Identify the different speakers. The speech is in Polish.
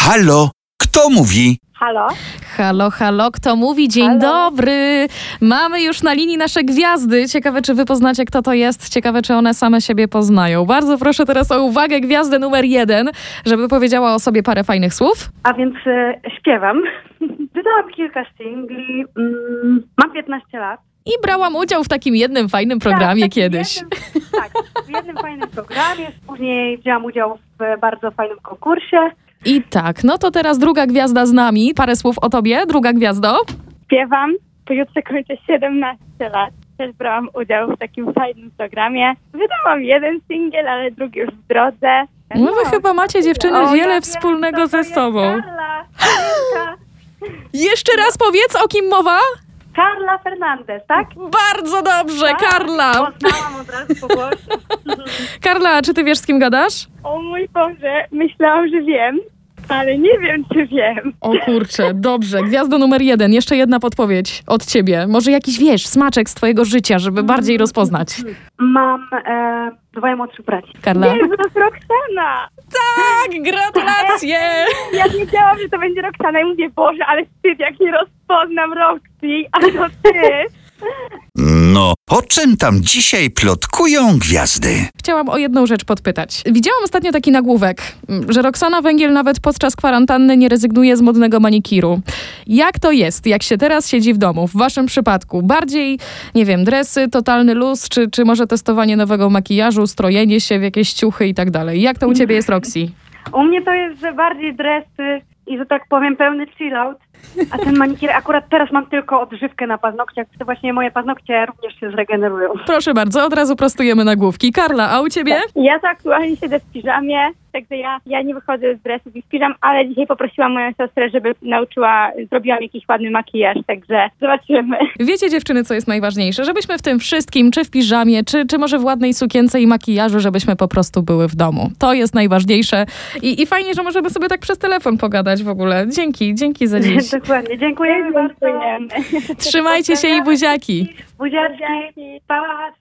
Speaker 1: Halo, kto mówi?
Speaker 2: Halo?
Speaker 3: Halo, halo, kto mówi? Dzień dobry. Mamy już na linii nasze gwiazdy. Ciekawe, czy wy poznacie, kto to jest. Ciekawe, czy one same siebie poznają. Bardzo proszę teraz o uwagę gwiazdę numer 1, żeby powiedziała o sobie parę fajnych słów.
Speaker 2: A więc śpiewam. Wydałam kilka singli. Mam 15 lat.
Speaker 3: I brałam udział w takim jednym fajnym programie kiedyś.
Speaker 2: W jednym fajnym programie. Później wzięłam udział w bardzo fajnym konkursie.
Speaker 3: I tak, no to teraz druga gwiazda z nami. Parę słów o tobie, druga gwiazdo.
Speaker 4: Śpiewam, pojutrze kończę 17 lat. Też brałam udział w takim fajnym programie. Wydałam jeden singiel, ale drugi już w drodze.
Speaker 3: No wy chyba macie dziewczyny wiele wspólnego ze sobą.
Speaker 2: Karla.
Speaker 3: Jeszcze raz powiedz, o kim mowa?
Speaker 2: Karla Fernandez, tak?
Speaker 3: Bardzo dobrze, Karla.
Speaker 2: Poznałam od razu po głosie.
Speaker 3: Karla, czy ty wiesz, z kim gadasz?
Speaker 4: O mój Boże, myślałam, że wiem, ale nie wiem, czy wiem.
Speaker 3: O kurczę, dobrze. Gwiazdo numer 1, jeszcze jedna podpowiedź od ciebie. Może jakiś, wiesz, smaczek z twojego życia, żeby bardziej rozpoznać.
Speaker 2: Mam dwoje młodszych braci.
Speaker 3: Karla?
Speaker 4: Nie, to jest Roxana.
Speaker 3: Tak, gratulacje!
Speaker 4: Ja wiedziałam, że to będzie Roxana i mówię, Boże, ale wstyd, jak nie rozpoznam Roxy, a to ty.
Speaker 1: No, o czym tam dzisiaj plotkują gwiazdy?
Speaker 3: Chciałam o jedną rzecz podpytać. Widziałam ostatnio taki nagłówek, że Roxana Węgiel nawet podczas kwarantanny nie rezygnuje z modnego manikiru. Jak to jest, jak się teraz siedzi w domu, w waszym przypadku? Bardziej, nie wiem, dresy, totalny luz, czy może testowanie nowego makijażu, strojenie się w jakieś ciuchy i tak dalej? Jak to u ciebie jest, Roxy?
Speaker 2: U mnie to jest, że bardziej dresy i, że tak powiem, pełny chillout. A ten manikier, akurat teraz mam tylko odżywkę na paznokciach. To właśnie moje paznokcie również się zregenerują.
Speaker 3: Proszę bardzo, od razu prostujemy nagłówki. Karla, a u ciebie?
Speaker 4: Ja to aktualnie siedzę w piżamie, także ja nie wychodzę z dresów i z piżam, ale dzisiaj poprosiłam moją siostrę, żeby zrobiła mi jakiś ładny makijaż, także zobaczymy.
Speaker 3: Wiecie, dziewczyny, co jest najważniejsze? Żebyśmy w tym wszystkim, czy w piżamie, czy może w ładnej sukience i makijażu, żebyśmy po prostu były w domu. To jest najważniejsze i fajnie, że możemy sobie tak przez telefon pogadać w ogóle. Dzięki za dziś.
Speaker 2: Dokładnie, dziękujemy bardzo.
Speaker 3: Trzymajcie się i buziaki.
Speaker 2: Buziaczki, pa!